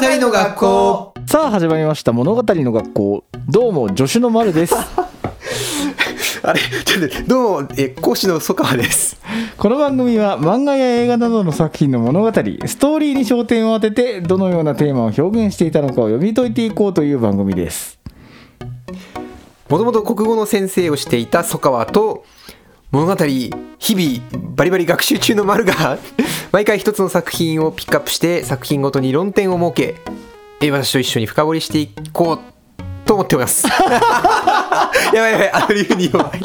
の学校。 さあ始まりました物語の学校。どうも助手の丸ですあれちょっとどうも講師の曽川です。 この番組は漫画や映画などの作品の物語、ストーリーに焦点を当ててどのようなテーマを表現していたのかを読み解いていこうという番組です。 もともと国語の先生をしていた曽川と物語日々バリバリ学習中の丸が毎回一つの作品をピックアップして作品ごとに論点を設け私と一緒に深掘りしていこうと思っておりますやばいアドリブに弱い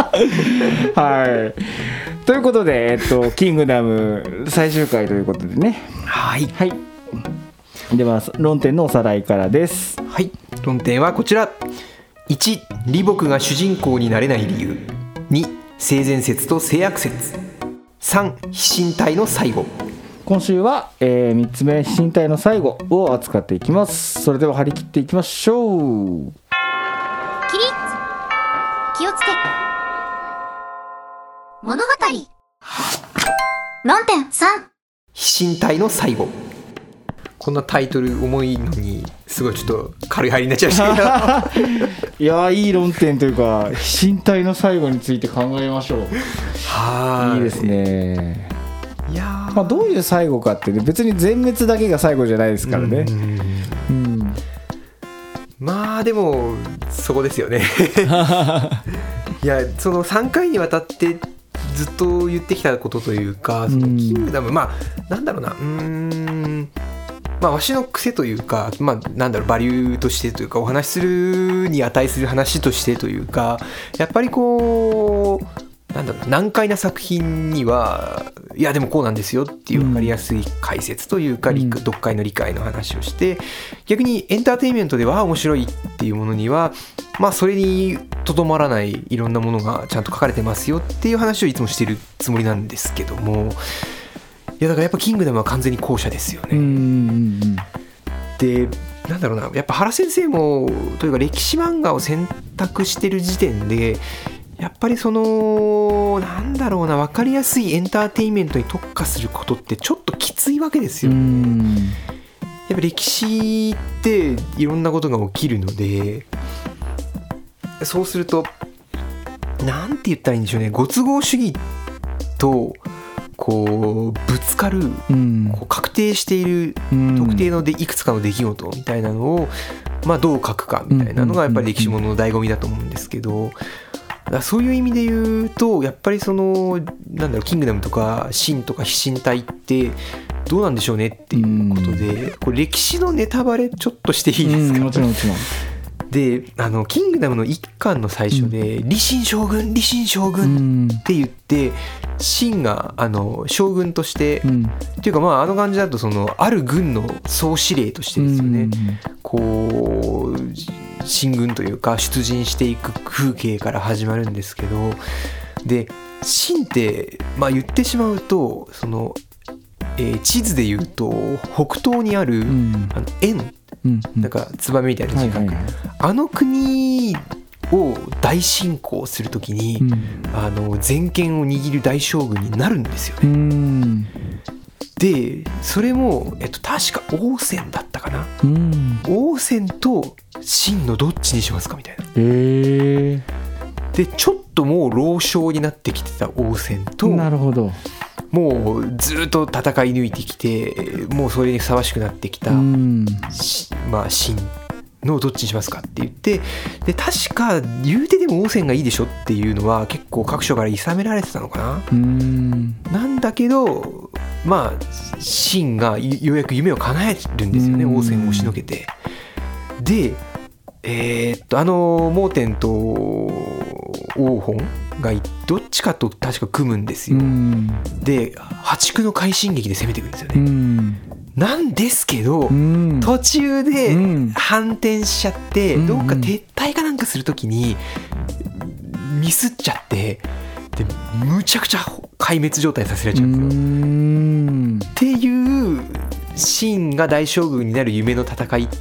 はいということで、キングダム最終回ということでね。 はい、 はい、では論点のおさらいからです。 はい、論点はこちら。1、李牧が主人公になれない理由。2、性善説と性悪説。3、飛信隊の最後。 今週は、3つ目、飛信隊の最後を扱っていきます。それでは張り切っていきましょう。 起立、気をつけ。物語論点3、 飛信隊の最後。こんなタイトル重いのにすごいちょっと軽い入りになっちゃいましたけどいやいい論点というか飛信隊の最後について考えましょう。 はいいですね。 いや、 どういう最後かって、ね、別に全滅だけが最後じゃないですからね。 まあでもそこですよねいやその3回にわたってずっと言ってきたことというか、そのキングダム、なんだろうな、わしの癖というか、なんだろう、バリューとしてというか、お話しするに値する話としてというか、やっぱりこうなんだろう、難解な作品にはいやでもこうなんですよっていう分かりやすい解説というか、読解の理解の話をして、逆にエンターテインメントでは面白いっていうものにはそれにとどまらないいろんなものがちゃんと書かれてますよっていう話をいつもしてるつもりなんですけども、いやだからやっぱキングダムは完全に後者ですよね。でなんだろうな、やっぱ原先生もというか歴史漫画を選択してる時点でやっぱりそのなんだろうな、分かりやすいエンターテインメントに特化することってちょっときついわけですよ。やっぱ歴史っていろんなことが起きるので、そうするとなんて言ったらいいんでしょうね、ご都合主義とこうぶつかる、こう確定している特定のいくつかの出来事みたいなのを、どう書くかみたいなのがやっぱり歴史ものの醍醐味だと思うんですけど、だそういう意味で言うとやっぱりそのなんだろう、キングダムとかシンとか飛信隊ってどうなんでしょうねっていうことで、これ歴史のネタバレちょっとしていいですか？ もちろんでキングダムの一巻の最初で、李信将軍って言ってシンが将軍として、っていうか感じだとそのある軍の総司令としてですよね、こう進軍というか出陣していく風景から始まるんですけど、でシンって言ってしまうとその、地図で言うと北東にある、円なんかツバメみたいな字が、あの国を大侵攻するときに、全権を握る大将軍になるんですよね。でそれも、確か王翦だったかな、王翦と秦のどっちにしますかみたいな。でちょっともう老将になってきてた王翦と、 なるほど、 もうずっと戦い抜いてきてもうそれにふさわしくなってきた秦のどっちにしますかって言って、で確か言うてでも王翦がいいでしょっていうのは結構各所から諌められてたのかな。なんだけど秦がようやく夢を叶えるんですよね、王翦を押しのけて。で蒙恬と王賁がどっちかと確か組むんですよ。で破竹の快進撃で攻めていくんですよね。なんですけど、途中で反転しちゃって、どっか撤退かなんかするときにミスっちゃって、でむちゃくちゃ壊滅状態させられちゃうんですよ。っていう秦が大将軍になる夢の戦いって、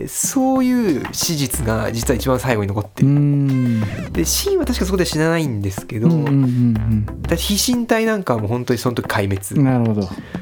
そういう史実が実は一番最後に残ってる。で秦は確かそこで死なないんですけど、飛信隊なんかはもう本当にその時壊滅。 なるほど。 っ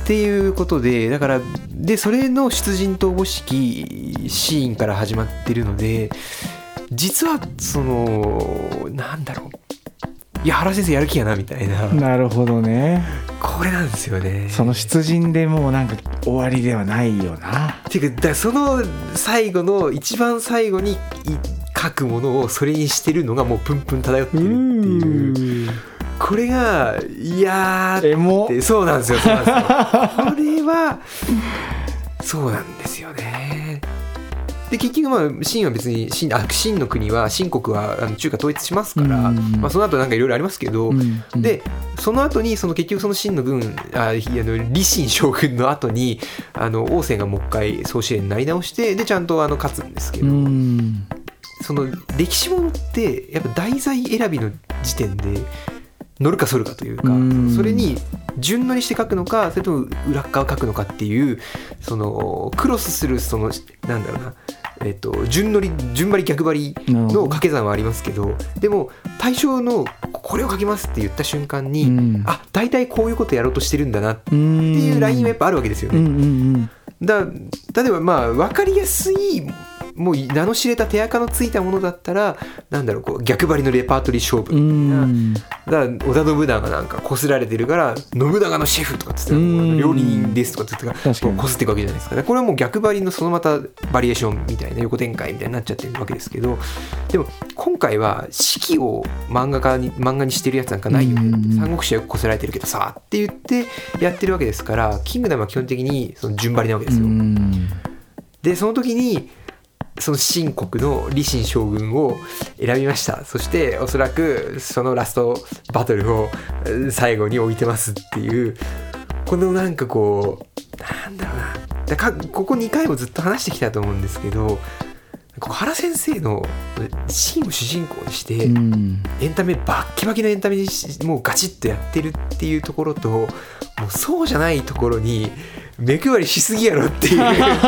っていうことで、だからでそれの出陣逃亡式シーンから始まってるので、実はそのなんだろう、いや原先生やる気やなみたいな。 なるほどね。 これなんですよね。 その出陣でもうなんか終わりではないよな。 ていうか、だからその最後の一番最後に書くものをそれにしてるのがもうプンプン漂ってるっていう。これがいやーってそうなんですよ。そうなんですよ。これはそうなんですよね。で結局まあ秦は別に秦の国は秦国は中華統一しますから、まあ、その後なんかいろいろありますけど、でその後にその結局その秦の軍李信将軍の後に王政がもう一回総司令になり直してでちゃんと勝つんですけど、その歴史ものってやっぱ題材選びの時点で乗るか反るかというか、それに順乗りして書くのかそれとも裏側書くのかっていうそのクロスするそのなんだろうな、順張り逆張りの掛け算はありますけど、でも対象のこれを書きますって言った瞬間に、あ大体こういうことやろうとしてるんだなっていうラインはやっぱあるわけですよね。例えばまあ分かりやすいもう名の知れた手垢のついたものだったらなんだろう、こう逆張りのレパートリー勝負みたいな。だから織田信長なんかこすられてるから信長のシェフとかっつって料理人ですとかっつってこすっていくわけじゃないですか、ね、これはもう逆張りのそのまたバリエーションみたいな横展開みたいになっちゃってるわけですけど、でも今回は四季を漫画にしてるやつなんかないよね、三国志はよくこすられてるけどさって言ってやってるわけですから、キングダムは基本的にその順張りなわけですよ。でその時にその秦国の李信将軍を選びました。そしておそらくそのラストバトルを最後に置いてますっていうこのなんかこうなんだろうな、ここ2回もずっと話してきたと思うんですけど、原先生の秦を主人公にしてエンタメバッキバキのエンタメにもうガチッとやってるっていうところと、もうそうじゃないところに目配りしすぎやろっていう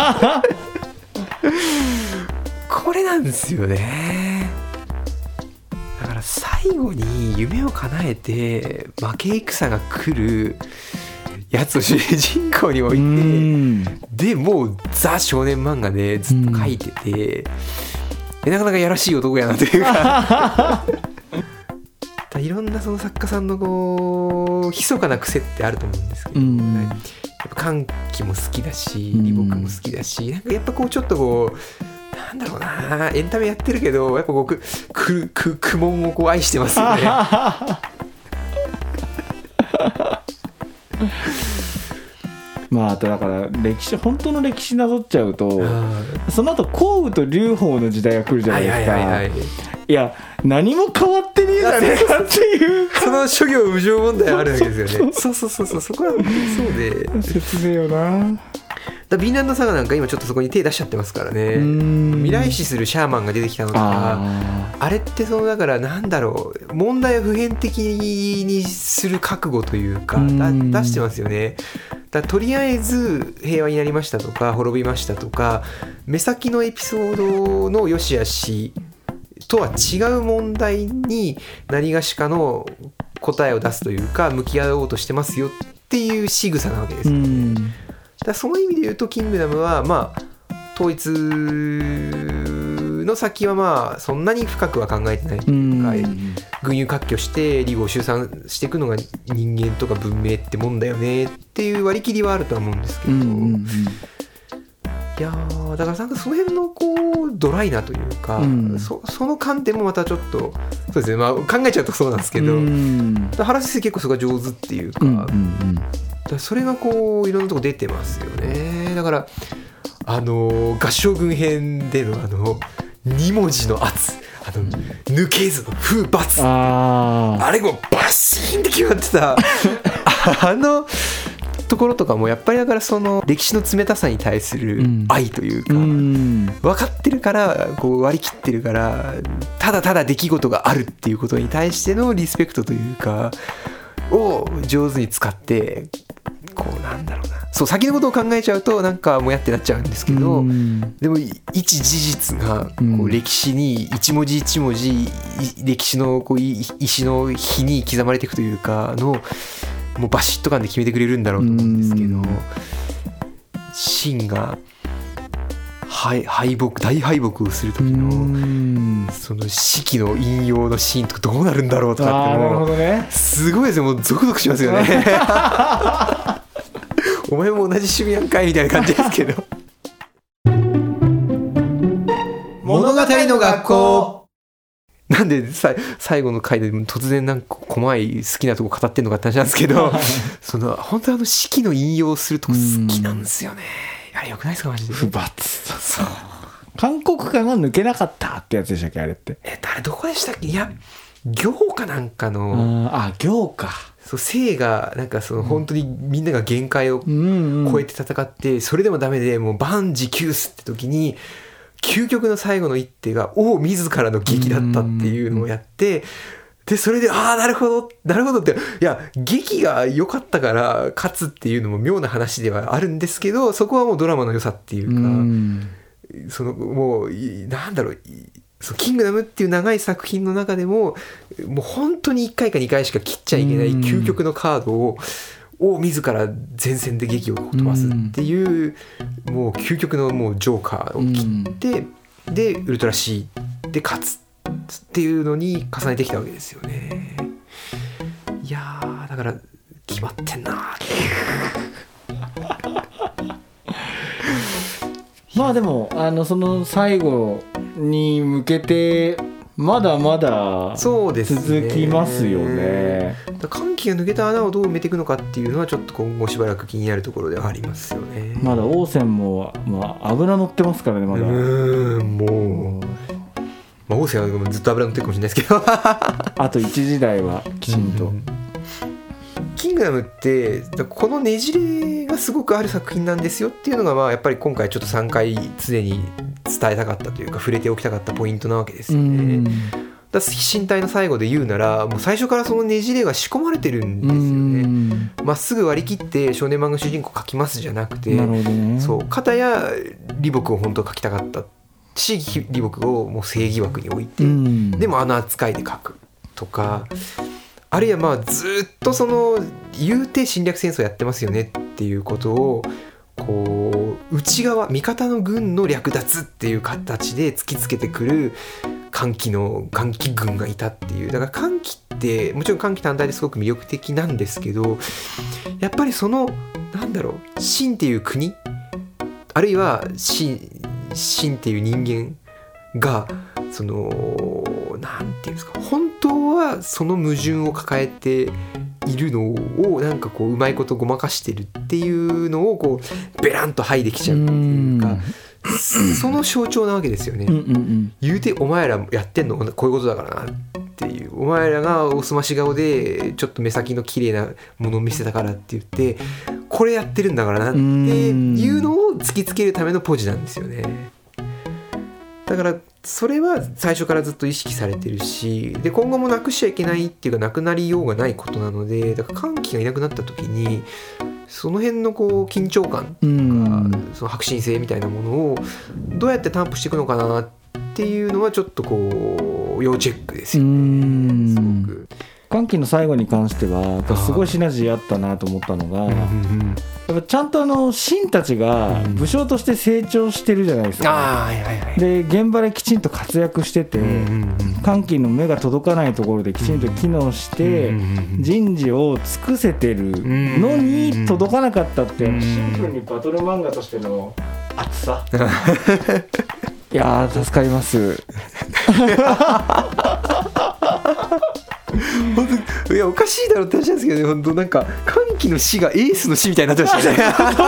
これなんですよね。だから最後に夢を叶えて負け戦が来るやつを主人公に置いて、でもうザ少年漫画でずっと描いてて、なかなかやらしい男やなというかいろんなその作家さんのこう密かな癖ってあると思うんですけど、やっぱ歓喜も好きだし李牧も好きだし、なんかやっぱこうちょっとこうなんだろうな、エンタメやってるけどやっぱこう苦悶をこう愛してますよねまああとだから本当の歴史なぞっちゃうと、その後項羽と劉邦の時代が来るじゃないですか。いや何も変わってねえじゃねえかっていうその諸行無常問題あるわけですよね。そうそこは本当にそうで説明よな。 ヴィンランドサガなんか今ちょっとそこに手出しちゃってますからね。未来視するシャーマンが出てきたのとか、あれってそのだからなんだろう、問題を普遍的にする覚悟というか出してますよね。だとりあえず平和になりましたとか滅びましたとか、目先のエピソードの良し悪しとは違う問題に何がしかの答えを出すというか向き合おうとしてますよっていう仕草なわけですよね。だその意味で言うとキングダムはまあ統一の先はまあそんなに深くは考えてないというか、群雄割拠して利を集散していくのが人間とか文明ってもんだよねっていう割り切りはあるとは思うんですけど、いやだからなんかその辺のこうドライなというか、その観点もまたちょっとそうですね、まあ、考えちゃうとそうなんですけど、原先生結構そこが上手っていうか、それがこういろんなとこ出てますよね。だから合唱軍編での2文字の圧、抜けずの風罰、あれもバシーンって決まってたところとかもやっぱりだからその歴史の冷たさに対する愛というか、分かってるからこう割り切ってるから、ただただ出来事があるっていうことに対してのリスペクトというかを上手に使って、こうなんだろうな、そう先のことを考えちゃうとなんかもやってなっちゃうんですけど、でも一事実がこう歴史に一文字一文字歴史のこう石の碑に刻まれていくというかのもうバシッと感で決めてくれるんだろうと思うんですけど、シンが大敗北をする時のその式の引用のシーンとかどうなるんだろうとかってもうすごいですよ。もうゾクゾクしますよねお前も同じ趣味やんかいみたいな感じですけど物語の学校なんで最後の回で突然なんか細い好きなとこ語ってんのかって話なんですけどその本当式の引用するとこ好きなんですよね。あれよくないですかマジで。 不罰。そう韓国感が抜けなかったってやつでしたっけあれって。 誰どこでしたっけ。いや行かなんかの行か。 そう生がなんかその本当にみんなが限界を超えて戦ってそれでもダメでもう万事休すって時に究極の最後の一手が王自らの劇だったっていうのをやってでそれでなるほどっていや劇が良かったから勝つっていうのも妙な話ではあるんですけどそこはもうドラマの良さっていうかそのもうなんだろうそのキングダムっていう長い作品の中でももう本当に1回か2回しか切っちゃいけない究極のカードを自ら前線で劇を飛ばすっていうもう究極のもうジョーカーを切ってでウルトラ C で勝つっていうのに重ねてきたわけですよね。いやーだから決まってんなまあでもその最後に向けてまだまだ続きますよね。 寒気が抜けた穴をどう埋めていくのかっていうのはちょっと今後しばらく気になるところではありますよね。 まだ王翦も、油乗ってますからねまだ。 もう、王翦はずっと油乗ってるかもしれないですけどあと一時代はきちんと、 キングダムってこのねじれがすごくある作品なんですよっていうのがやっぱり今回ちょっと3回常に伝えたかったというか触れておきたかったポイントなわけですよね。だ身体の最後で言うならもう最初からそのねじれが仕込まれてるんですよね。まっすぐ割り切って少年漫画主人公描きますじゃなくて、そう片や李牧を本当は描きたかったし李牧をもう正義枠に置いて、でも扱いで描くとかあるいはずっとその言うて侵略戦争やってますよねっていうことをこう内側味方の軍の略奪っていう形で突きつけてくる歓喜軍がいたっていう。だから歓喜ってもちろん歓喜単体ですごく魅力的なんですけどやっぱりそのなんだろう秦っていう国あるいは秦っていう人間がそのなんていうんですか本当はその矛盾を抱えているのをなんかこううまいことごまかしてるっていうのをこうベランと剥いできちゃうっていうかその象徴なわけですよね。言うてお前らやってんのこういうことだからなっていうお前らがおすまし顔でちょっと目先の綺麗なものを見せたからって言ってこれやってるんだからなっていうのを突きつけるためのポジなんですよね。だからそれは最初からずっと意識されてるしで今後もなくしちゃいけないっていうかなくなりようがないことなのでだから歓喜がいなくなった時にその辺のこう緊張感とかその迫真性みたいなものをどうやって担保していくのかなっていうのはちょっとこう要チェックですよね。すごく歓喜の最後に関してはすごいシナジーあったなと思ったのがやっぱちゃんと秦たちが武将として成長してるじゃないですか。で現場できちんと活躍してて歓喜の目が届かないところできちんと機能して人事を尽くせてるのに届かなかったってシンプルにバトル漫画としての熱さいやー助かります本当いやおかしいだろって話なんですけどね。本当なんか歓喜の死がエースの死みたいになってましたね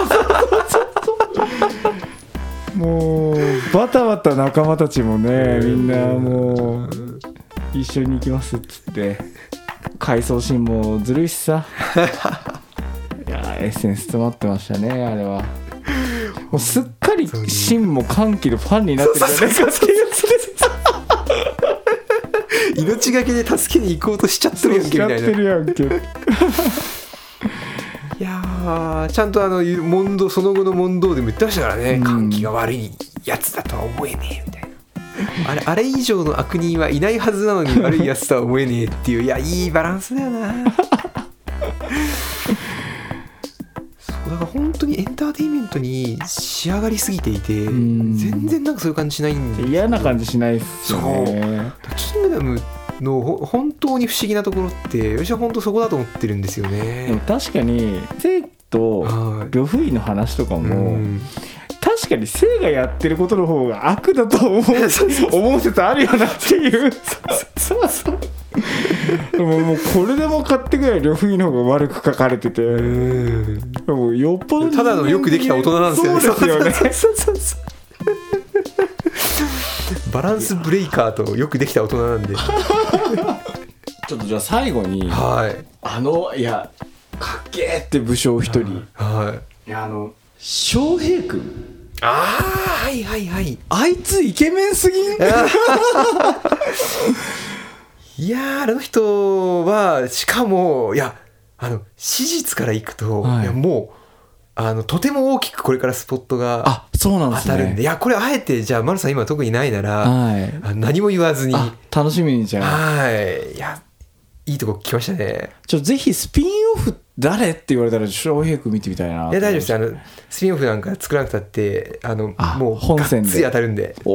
もうバタバタ仲間たちもねみんなもう一緒に行きますっつって回想シーンもずるいしさいやエッセンス詰まってましたねあれは。もうすっかり秦も歓喜のファンになってるじゃないですかっていうやつです命がけで助けに行こうとしちゃってるやんけみたいな。いやちゃんとその後の問答でも言ってましたからね。歓喜が悪いやつだとは思えねえみたいなあれ以上の悪人はいないはずなのに悪いやつとは思えねえっていういやいいバランスだよなだから本当にエンターテインメントに仕上がりすぎていて、全然なんかそういう感じしないんですよ。 嫌な感じしないっすよね。 キングダムの本当に不思議なところって私は本当そこだと思ってるんですよね。 でも確かに聖と呂不韋の話とかも、確かに聖がやってることの方が悪だと思う説あるよなっていうもうこれでも買ってくらい呂不韋の方が悪く書かれてて、もうよっぽどただのよくできた大人なんですよね。 そうですよね。 バランスブレイカーとよくできた大人なんでちょっとじゃあ最後に、いやかっけーって武将一人、いや翔平君、 はいはいはい、 あいつイケメンすぎんいやあの人はしかも史実からいくと、いやもうとても大きくこれからスポットが当たるんで、いやこれあえてじゃあ丸さん今特にないなら、何も言わずに楽しみにじゃあ、 いやいいとこ来ましたね。 ぜひスピンオフ誰って言われたら翔平君見てみたいな。 いや大丈夫です。スピンオフなんか作らなくたってもう本線でがっつり当たるんで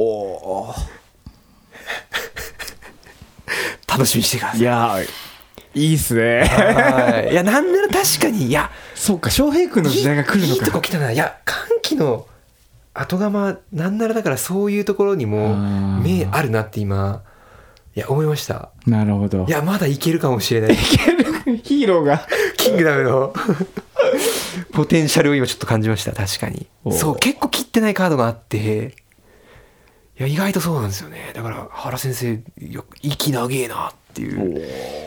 楽しみにしてください。 いやいいっすね。 いやなんなら確かに、いやそうか翔平君の時代が来るのか。 いいとこ来たな。いや歓喜の後釜なんならだからそういうところにも目あるなって今思いました。 なるほど。 いやまだいけるかもしれない。いけるヒーローがキングダムのポテンシャルを今ちょっと感じました。確かにそう結構切ってないカードがあって、いや意外とそうなんですよね。だから原先生息長えなっていう。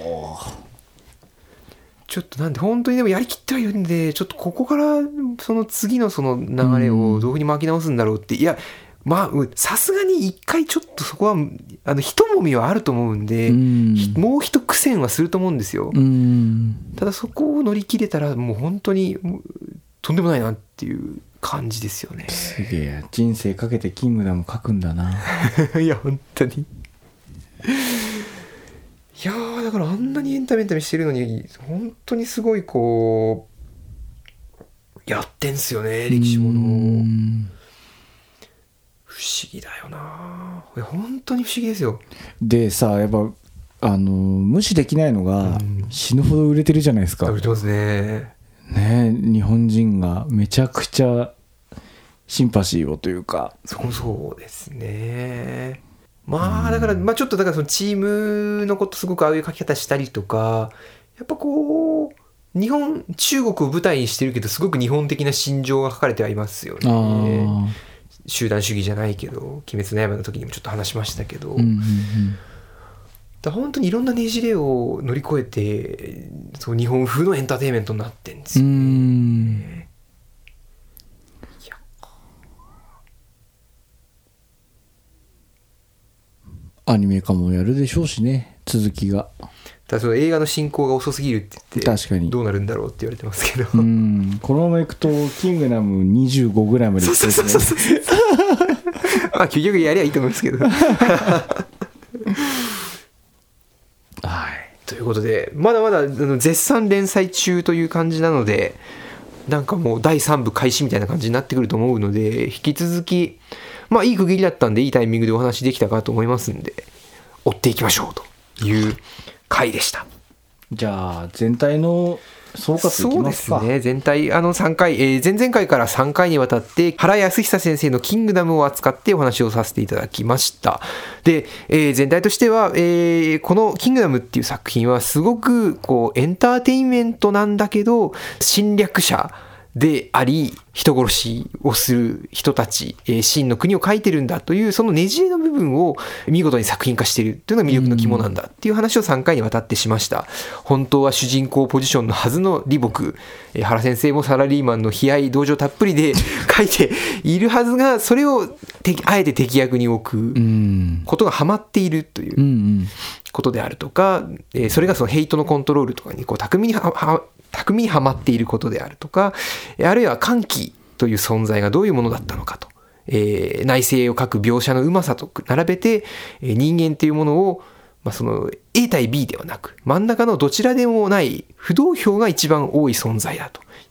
ちょっとなんで本当にでもやりきってはいるんで、ちょっとここからその次のその流れをどういう風に巻き直すんだろうって、いやさすがに一回ちょっとそこは一もみはあると思うんで、もう一苦戦はすると思うんですよ。ただそこを乗り切れたらもう本当にとんでもないなっていう感じですよね。 すげえ、人生かけてキングダム書くんだな。 いや本当にいやだからあんなにエンタメしてるのに本当にすごいこうやってんすよね、歴史もの。不思議だよな。本当に不思議ですよ。 でさ、やっぱ無視できないのが、死ぬほど売れてるじゃないですか。 売れてますね。 日本人がめちゃくちゃシンパシーをというか。 そうですね。だからちょっとだからそのチームのことすごくああいう書き方したりとか、やっぱこう中国を舞台にしてるけどすごく日本的な心情が書かれてはいますよね。集団主義じゃないけど、鬼滅の刃の時にもちょっと話しましたけど、だ本当にいろんなねじれを乗り越えてそう日本風のエンターテインメントになってるんですよね。 アニメ化もやるでしょうしね、続きが。 ただその映画の進行が遅すぎるって言って確かにどうなるんだろうって言われてますけど、 このままいくとキングダム 25g でいくと究極やりゃいいと思うんですけどということでまだまだ絶賛連載中という感じなので、なんかもう第3部開始みたいな感じになってくると思うので、引き続きいい区切りだったんでいいタイミングでお話できたかと思いますんで、追っていきましょうという回でした。 じゃあ全体の総括いきますか。 そうですね、全体3回、前々回から3回にわたって原康久先生のキングダムを扱ってお話をさせていただきました。で、全体としては、このキングダムっていう作品はすごくこうエンターテインメントなんだけど侵略者であり人殺しをする人たち、真の国を書いてるんだというそのねじれの部分を見事に作品化しているというのが魅力の肝なんだっていう話を3回にわたってしました。本当は主人公ポジションのはずの李牧、原先生もサラリーマンの悲哀同情たっぷりで書いているはずが、それをあえて敵役に置くことがハマっているということであるとか、それがそのヘイトのコントロールとかにこう巧みにはまっていることであるとか、あるいは歓喜という存在がどういうものだったのかと、内政を書く描写のうまさと並べて、人間というものを、その A 対 B ではなく真ん中のどちらでもない不動票が一番多い存在だと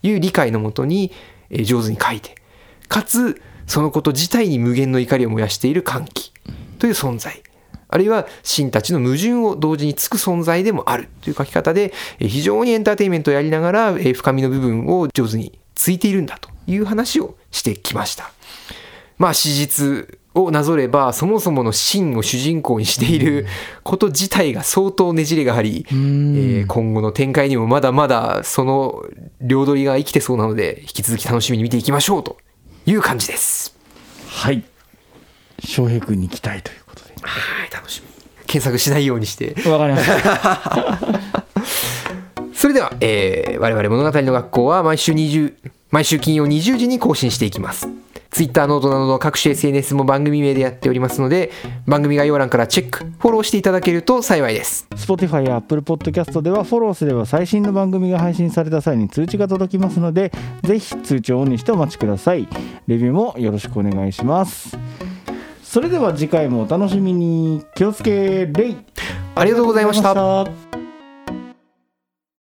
いう理解のもとに上手に書いて、かつそのこと自体に無限の怒りを燃やしている歓喜という存在、あるいは神たちの矛盾を同時につく存在でもあるという書き方で、非常にエンターテインメントをやりながら深みの部分を上手についているんだという話をしてきました。史実をなぞれば、そもそもの神を主人公にしていること自体が相当ねじれがあり、今後の展開にもまだまだその両取りが生きてそうなので、引き続き楽しみに見ていきましょうという感じです。 はい、翔平君に期待ということで、 はい、楽しみ。検索しないようにして。 わかりましたそれでは、我々物語の学校は毎週金曜20時に更新していきます。Twitter、ノートなどの各種 SNS も番組名でやっておりますので、番組概要欄からチェック、フォローしていただけると幸いです。 Spotify や Apple Podcast ではフォローすれば最新の番組が配信された際に通知が届きますので、ぜひ通知をオンにしてお待ちください。レビューもよろしくお願いします。それでは次回もお楽しみに。気をつけレイ。 ありがとうございました。